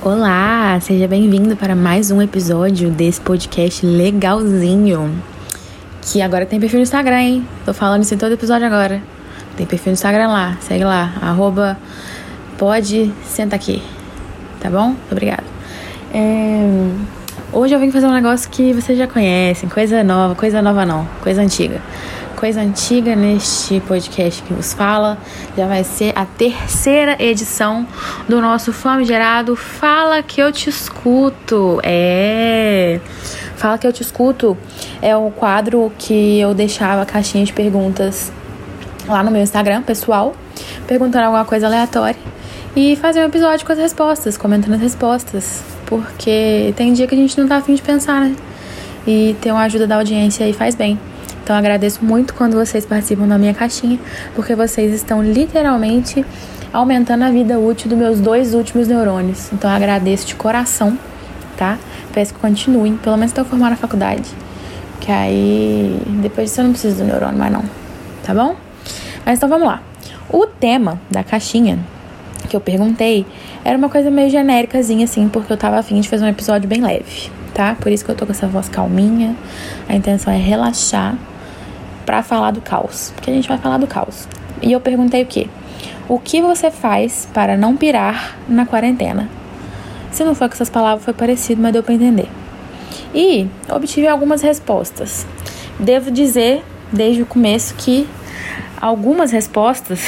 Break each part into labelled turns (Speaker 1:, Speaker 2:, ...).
Speaker 1: Olá, seja bem-vindo para mais um episódio desse podcast legalzinho. Que agora tem perfil no Instagram, hein? Tô falando isso em todo episódio agora. Tem perfil no Instagram lá, segue lá, @pode senta aqui. Tá bom? Obrigada. Hoje eu vim fazer um negócio que vocês já conhecem, coisa nova não, coisa antiga. Coisa antiga neste podcast que vos fala. Já vai ser a 3ª edição do nosso famigerado Fala Que Eu Te Escuto. Fala Que Eu Te Escuto é o quadro que eu deixava a caixinha de perguntas lá no meu Instagram pessoal, perguntando alguma coisa aleatória e fazer um episódio com as respostas, comentando as respostas, porque tem dia que a gente não tá afim de pensar, né? E ter uma ajuda da audiência aí faz bem. Então eu agradeço muito quando vocês participam da minha caixinha, porque vocês estão literalmente aumentando a vida útil dos meus 2 últimos neurônios. Então eu agradeço de coração, tá? Peço que continuem, pelo menos até eu formar na faculdade, que aí depois disso eu não preciso do neurônio mais não, tá bom? Mas então vamos lá. O tema da caixinha que eu perguntei era uma coisa meio genéricazinha assim, porque eu tava afim de fazer um episódio bem leve, tá? Por isso que eu tô com essa voz calminha. A intenção é relaxar pra falar do caos, porque a gente vai falar do caos. E eu perguntei o quê? O que você faz para não pirar na quarentena? Se não for com essas palavras, foi parecido, mas deu pra entender. E obtive algumas respostas. Devo dizer, desde o começo, que algumas respostas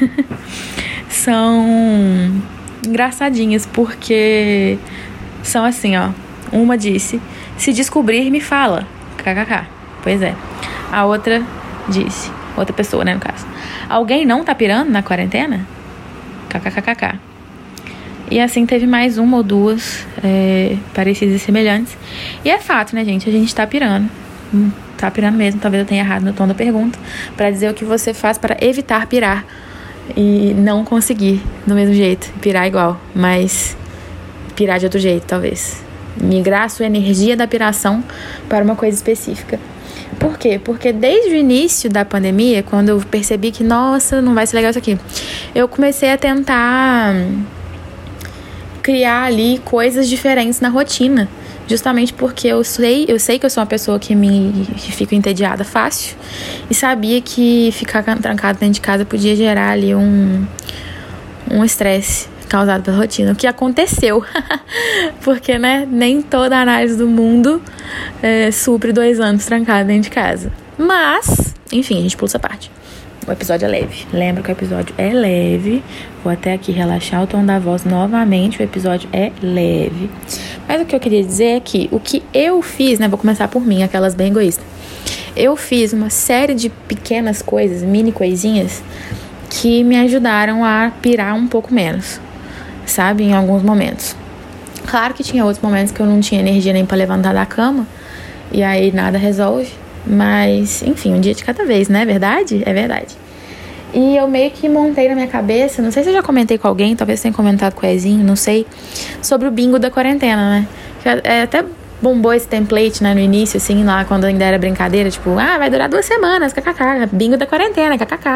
Speaker 1: são engraçadinhas, porque são assim, ó. Uma disse: se descobrir, me fala. KKK. Pois é. A outra disse, outra pessoa, né, no caso: alguém não tá pirando na quarentena? KKKKK. E assim teve mais uma ou duas parecidas e semelhantes. E é fato, né, gente? A gente tá pirando. Tá pirando mesmo. Talvez eu tenha errado no tom da pergunta, pra dizer o que você faz para evitar pirar e não conseguir do mesmo jeito, pirar igual, mas pirar de outro jeito, talvez. Migrar a sua energia da piração para uma coisa específica. Por quê? Porque desde o início da pandemia, quando eu percebi que, nossa, não vai ser legal isso aqui, eu comecei a tentar criar ali coisas diferentes na rotina. Justamente porque eu sei que eu sou uma pessoa que fico entediada fácil, e sabia que ficar trancado dentro de casa podia gerar ali um estresse causado pela rotina, o que aconteceu. Porque, né, nem toda análise do mundo supre 2 anos trancado dentro de casa. Mas, enfim, a gente pula essa parte. O episódio é leve. Lembra que o episódio é leve. Vou até aqui relaxar o tom da voz novamente. O episódio é leve. Mas o que eu queria dizer é que o que eu fiz, né? Vou começar por mim, aquelas bem egoístas. Eu fiz uma série de pequenas coisas, mini coisinhas, que me ajudaram a pirar um pouco menos, sabe? Em alguns momentos. Claro que tinha outros momentos que eu não tinha energia nem pra levantar da cama, e aí nada resolve. Mas, enfim, um dia de cada vez, não é verdade? É verdade. E eu meio que montei na minha cabeça, não sei se eu já comentei com alguém, talvez tenha comentado com o Ezinho, não sei, sobre o bingo da quarentena, né? Até bombou esse template, né, no início, assim, lá quando ainda era brincadeira, tipo, vai durar 2 semanas, kkk, bingo da quarentena, kkk.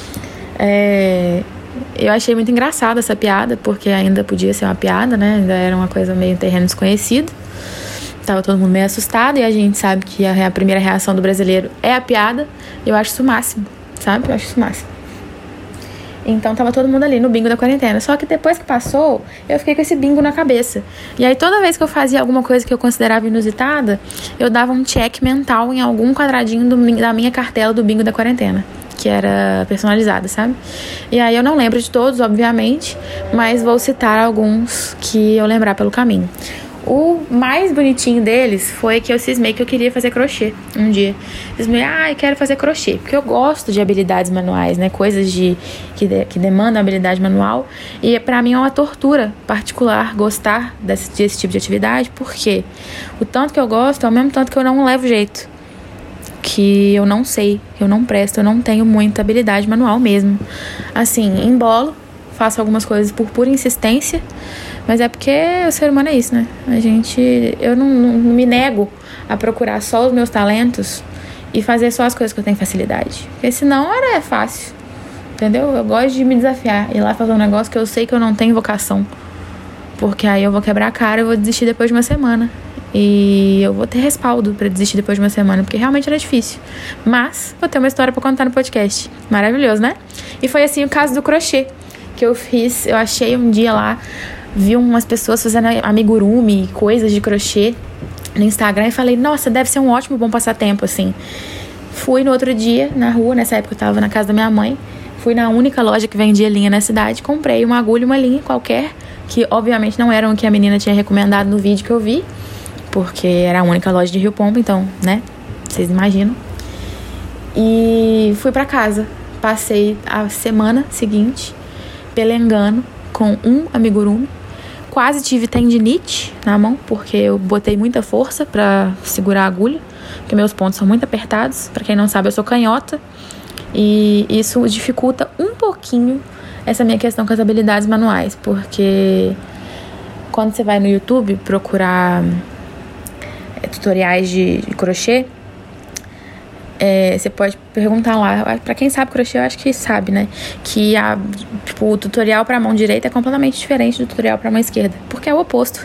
Speaker 1: Eu achei muito engraçada essa piada, porque ainda podia ser uma piada, né? Ainda era uma coisa meio terreno desconhecido. Tava todo mundo meio assustado, e a gente sabe que a primeira reação do brasileiro é a piada. E eu acho isso o máximo, sabe? Eu acho isso o máximo. Então tava todo mundo ali no bingo da quarentena. Só que depois que passou, eu fiquei com esse bingo na cabeça. E aí toda vez que eu fazia alguma coisa que eu considerava inusitada, eu dava um check mental em algum quadradinho da minha cartela do bingo da quarentena, que era personalizada, sabe? E aí eu não lembro de todos, obviamente, mas vou citar alguns que eu lembrar pelo caminho. O mais bonitinho deles foi que eu cismei que eu queria fazer crochê um dia. Cismei, eu quero fazer crochê, porque eu gosto de habilidades manuais, né? Coisas que demandam habilidade manual. E pra mim é uma tortura particular gostar desse tipo de atividade, porque o tanto que eu gosto é o mesmo tanto que eu não levo jeito. Que eu não sei, eu não presto, eu não tenho muita habilidade manual mesmo. Assim, embolo, faço algumas coisas por pura insistência, mas é porque o ser humano é isso, né? Eu não me nego a procurar só os meus talentos e fazer só as coisas que eu tenho facilidade. Porque senão é fácil, entendeu? Eu gosto de me desafiar, ir lá fazer um negócio que eu sei que eu não tenho vocação. Porque aí eu vou quebrar a cara e vou desistir depois de uma semana. E eu vou ter respaldo pra desistir depois de uma semana, porque realmente era difícil. Mas vou ter uma história pra contar no podcast. Maravilhoso, né? E foi assim o caso do crochê que eu fiz. Eu achei um dia lá, vi umas pessoas fazendo amigurumi, coisas de crochê no Instagram e falei, nossa, deve ser um ótimo, bom passatempo, assim. Fui no outro dia, na rua, nessa época eu tava na casa da minha mãe. Fui na única loja que vendia linha na cidade, comprei uma agulha e uma linha qualquer, que obviamente não eram o que a menina tinha recomendado no vídeo que eu vi, porque era a única loja de Rio Pombo, então, né, vocês imaginam. E fui pra casa. Passei a semana seguinte pelengando com um amigurumi. Quase tive tendinite na mão, porque eu botei muita força pra segurar a agulha, porque meus pontos são muito apertados. Pra quem não sabe, eu sou canhota, e isso dificulta um pouquinho essa minha questão com as habilidades manuais, porque quando você vai no YouTube procurar tutoriais de crochê, você pode perguntar lá, pra quem sabe crochê, eu acho que sabe, né, que o tutorial pra mão direita é completamente diferente do tutorial pra mão esquerda, porque é o oposto.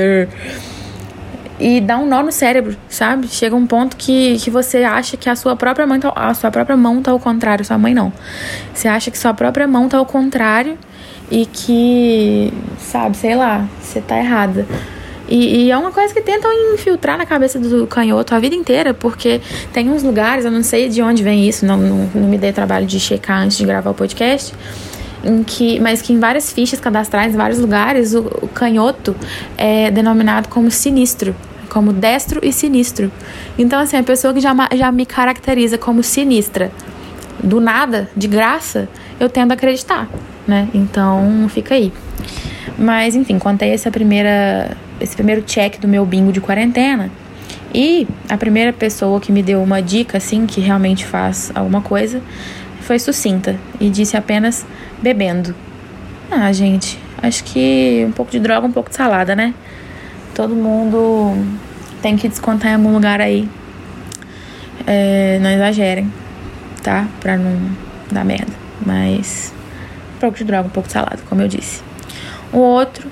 Speaker 1: E dá um nó no cérebro, sabe? Chega um ponto que você acha que a sua própria mão tá ao contrário, sua mãe não. Você acha que sua própria mão tá ao contrário e que, sabe, sei lá, você tá errada. E é uma coisa que tentam infiltrar na cabeça do canhoto a vida inteira, porque tem uns lugares, eu não sei de onde vem isso, não me dei trabalho de checar antes de gravar o podcast, mas que em várias fichas cadastrais, em vários lugares, o canhoto é denominado como sinistro, como destro e sinistro. Então, assim, a pessoa que já me caracteriza como sinistra, do nada, de graça, eu tendo a acreditar, né? Então, fica aí. Mas, enfim, contei esse primeiro check do meu bingo de quarentena. E a primeira pessoa que me deu uma dica, assim, que realmente faz alguma coisa, foi sucinta e disse apenas bebendo. Ah, gente, acho que um pouco de droga, um pouco de salada, né? Todo mundo tem que descontar em algum lugar aí. Não exagerem, tá? Pra não dar merda. Mas um pouco de droga, um pouco de salada, como eu disse. O outro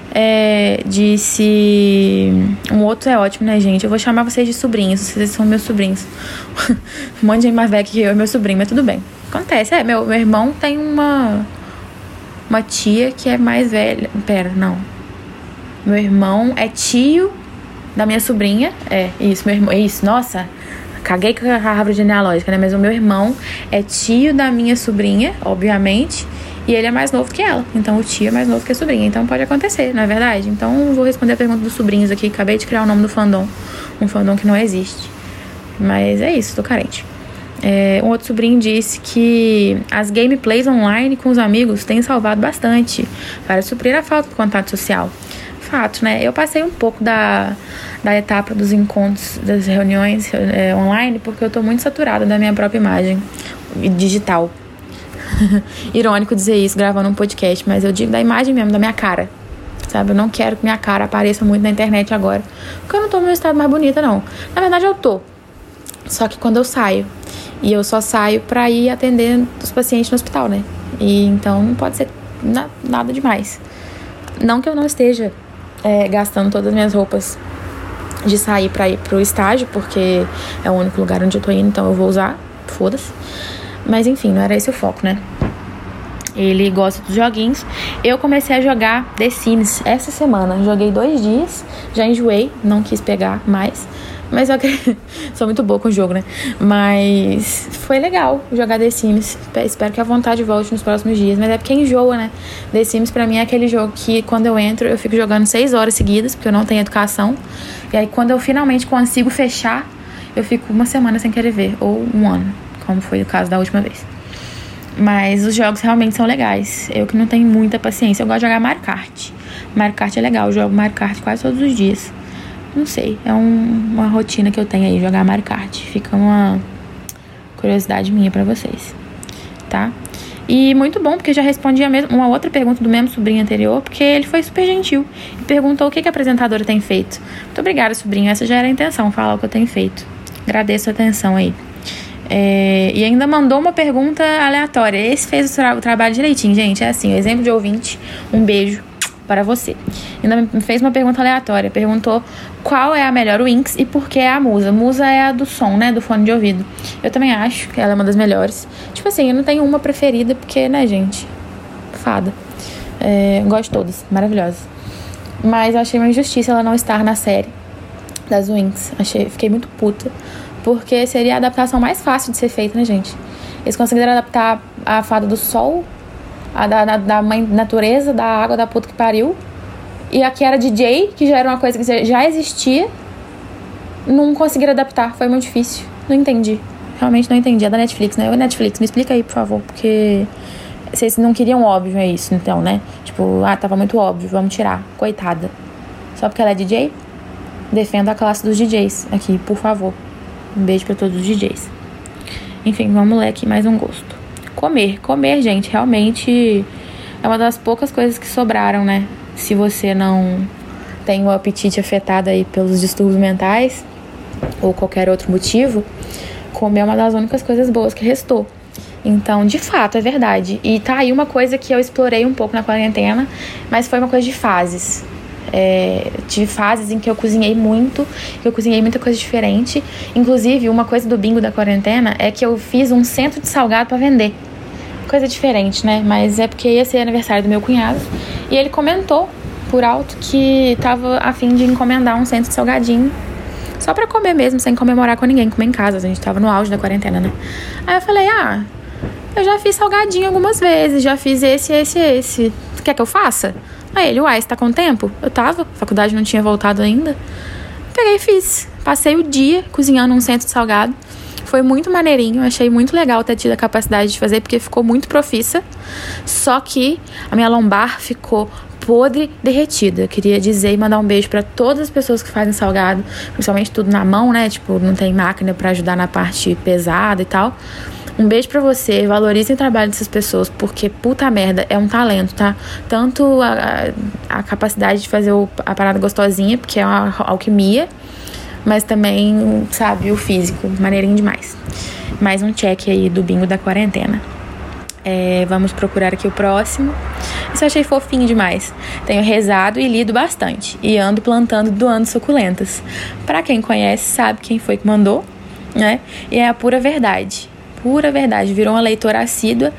Speaker 1: disse... Um outro é ótimo, né, gente? Eu vou chamar vocês de sobrinhos, vocês são meus sobrinhos. Um monte de gente mais velha que eu é meu sobrinho, mas tudo bem. Acontece, meu irmão tem uma tia que é mais velha. Pera, não. Meu irmão é tio da minha sobrinha. Isso, meu irmão. Isso, nossa, caguei com a árvore genealógica, né? Mas o meu irmão é tio da minha sobrinha, obviamente. E ele é mais novo que ela. Então o tio é mais novo que a sobrinha. Então pode acontecer, não é verdade? Então vou responder a pergunta dos sobrinhos aqui. Acabei de criar o nome do fandom. Um fandom que não existe. Mas é isso, tô carente. Um outro sobrinho disse que as gameplays online com os amigos têm salvado bastante para suprir a falta do contato social. Fato, né? Eu passei um pouco da etapa dos encontros, das reuniões online, porque eu tô muito saturada da minha própria imagem digital. Irônico dizer isso gravando um podcast, mas eu digo da imagem mesmo, da minha cara, sabe? Eu não quero que minha cara apareça muito na internet agora, porque eu não tô no meu estado mais bonita, não. Na verdade eu tô, só que quando eu saio, e eu só saio pra ir atender os pacientes no hospital, né? E então não pode ser nada demais. Não que eu não esteja gastando todas as minhas roupas de sair pra ir pro estágio, porque é o único lugar onde eu tô indo, então eu vou usar, foda-se. Mas enfim, não era esse o foco, né? Ele gosta dos joguinhos. Eu comecei a jogar The Sims essa semana. Joguei 2 dias, já enjoei, não quis pegar mais. Mas eu sou muito boa com o jogo, né? Mas foi legal jogar The Sims. Espero que a vontade volte nos próximos dias. Mas é porque enjoa, né? The Sims pra mim é aquele jogo que quando eu entro eu fico jogando 6 horas seguidas, porque eu não tenho educação. E aí quando eu finalmente consigo fechar, eu fico uma semana sem querer ver. Ou um ano, como foi o caso da última vez. Mas os jogos realmente são legais. Eu que não tenho muita paciência. Eu gosto de jogar Mario Kart. Mario Kart é legal. Eu jogo Mario Kart quase todos os dias. Não sei. É uma rotina que eu tenho aí, jogar Mario Kart. Fica uma curiosidade minha pra vocês. Tá? E muito bom, porque já respondi uma outra pergunta do mesmo sobrinho anterior, porque ele foi super gentil. E perguntou o que a apresentadora tem feito. Muito obrigada, sobrinho. Essa já era a intenção, falar o que eu tenho feito. Agradeço a atenção aí. E ainda mandou uma pergunta aleatória. Esse fez o trabalho direitinho, gente. É assim, o exemplo de ouvinte. Um beijo para você. Ainda me fez uma pergunta aleatória. Perguntou qual é a melhor Winx e por que é a Musa. Musa é a do som, né? Do fone de ouvido. Eu também acho que ela é uma das melhores. Tipo assim, eu não tenho uma preferida porque, né, gente? Fada. Gosto de todas. Maravilhosas. Mas eu achei uma injustiça ela não estar na série das Winx. Fiquei muito puta. Porque seria a adaptação mais fácil de ser feita, né, gente? Eles conseguiram adaptar a fada do sol, a da mãe natureza, da água, da puta que pariu. E aqui era DJ, que já era uma coisa que já existia. Não conseguiram adaptar, foi muito difícil. Não entendi. Realmente não entendi. É da Netflix, né? Ô, Netflix, me explica aí, por favor. Porque vocês não queriam óbvio, é isso, então, né? Tipo, tava muito óbvio, vamos tirar. Coitada. Só porque ela é DJ? Defenda a classe dos DJs aqui, por favor. Um beijo pra todos os DJs. Enfim, vamos ler aqui mais um gosto. Comer, gente, realmente é uma das poucas coisas que sobraram, né? Se você não tem o apetite afetado aí pelos distúrbios mentais ou qualquer outro motivo, comer é uma das únicas coisas boas que restou. Então, de fato, é verdade. E tá aí uma coisa que eu explorei um pouco na quarentena, mas foi uma coisa de fases. Tive fases em que eu cozinhei muito, que eu cozinhei muita coisa diferente. Inclusive, uma coisa do bingo da quarentena é que eu fiz um centro de salgado pra vender. Coisa diferente, né? Mas é porque ia ser aniversário do meu cunhado e ele comentou por alto que tava a fim de encomendar um centro de salgadinho só pra comer mesmo, sem comemorar com ninguém, comer em casa. A gente tava no auge da quarentena, né? Aí eu falei, eu já fiz salgadinho algumas vezes, já fiz esse. Quer que eu faça? Aí ele, você tá com tempo? Eu tava, a faculdade não tinha voltado ainda. Peguei e fiz. Passei o dia cozinhando um centro de salgado. Foi muito maneirinho, achei muito legal ter tido a capacidade de fazer, porque ficou muito profissa. Só que a minha lombar ficou podre, derretida. Eu queria dizer e mandar um beijo pra todas as pessoas que fazem salgado, principalmente tudo na mão, né? Tipo, não tem máquina pra ajudar na parte pesada e tal. Um beijo pra você, valorizem o trabalho dessas pessoas, porque puta merda, é um talento, tá? Tanto a capacidade de fazer a parada gostosinha, porque é uma alquimia, mas também, sabe, o físico, maneirinho demais. Mais um check aí do bingo da quarentena. Vamos procurar aqui o próximo. Isso eu achei fofinho demais. Tenho rezado e lido bastante, e ando plantando e doando suculentas. Pra quem conhece, sabe quem foi que mandou, né? E é a pura verdade. Pura verdade, virou uma leitora assídua.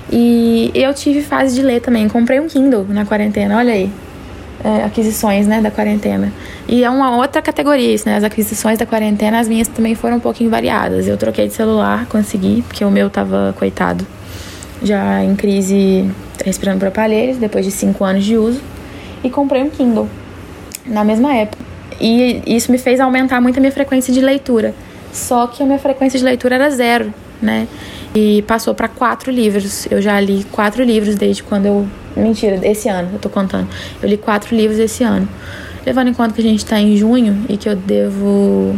Speaker 1: E eu tive fase de ler também. Comprei um Kindle na quarentena, olha aí. Aquisições, né, da quarentena. E é uma outra categoria isso, né? As aquisições da quarentena, as minhas também foram um pouquinho variadas. Eu troquei de celular, consegui, porque o meu tava, coitado, já em crise, respirando por aparelhos, depois de 5 anos de uso. E comprei um Kindle na mesma época. E isso me fez aumentar muito a minha frequência de leitura. Só que a minha frequência de leitura era 0, né? E passou para 4 livros. Eu já li 4 livros desde quando eu... Mentira, esse ano, eu tô contando. Eu li 4 livros esse ano. Levando em conta que a gente tá em junho e que eu devo...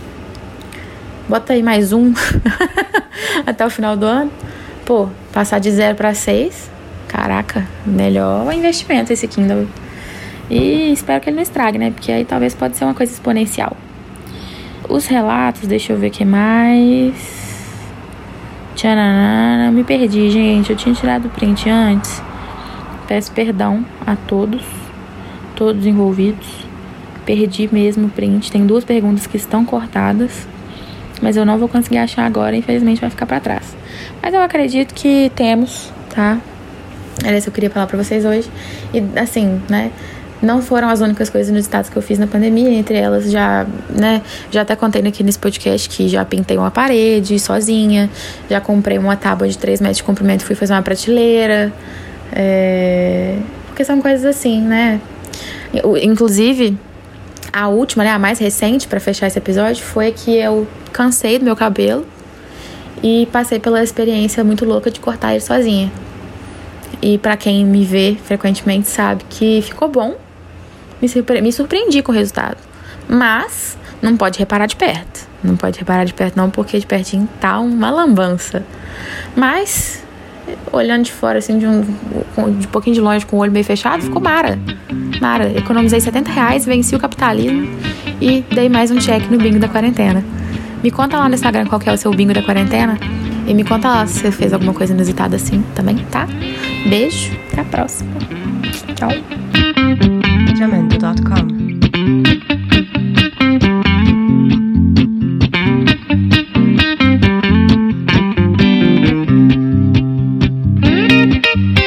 Speaker 1: Bota aí mais um até o final do ano. Pô, passar de 0 para 6. Caraca, melhor investimento esse Kindle. E espero que ele não estrague, né? Porque aí talvez pode ser uma coisa exponencial. Os relatos, deixa eu ver o que mais. Tchananana, me perdi, gente. Eu tinha tirado o print antes. Peço perdão a todos envolvidos. Perdi mesmo o print. Tem 2 perguntas que estão cortadas, mas eu não vou conseguir achar agora. Infelizmente vai ficar pra trás. Mas eu acredito que temos, tá? Era isso que eu queria falar pra vocês hoje. E assim, né? Não foram as únicas coisas inusitadas que eu fiz na pandemia. Entre elas, já até contei aqui nesse podcast que já pintei uma parede sozinha. Já comprei uma tábua de 3 metros de comprimento e fui fazer uma prateleira. Porque são coisas assim, né? Inclusive, a última, né, a mais recente, pra fechar esse episódio, foi que eu cansei do meu cabelo e passei pela experiência muito louca de cortar ele sozinha. E pra quem me vê frequentemente sabe que ficou bom. Me surpreendi com o resultado. Mas não pode reparar de perto. Não pode reparar de perto não, porque de pertinho tá uma lambança. Mas, olhando de fora, assim, de um pouquinho de longe, com o olho meio fechado, ficou mara. Economizei R$70, venci o capitalismo e dei mais um check no bingo da quarentena. Me conta lá no Instagram qual que é o seu bingo da quarentena. E me conta lá se você fez alguma coisa inusitada assim também, tá? Beijo, até a próxima. Tchau.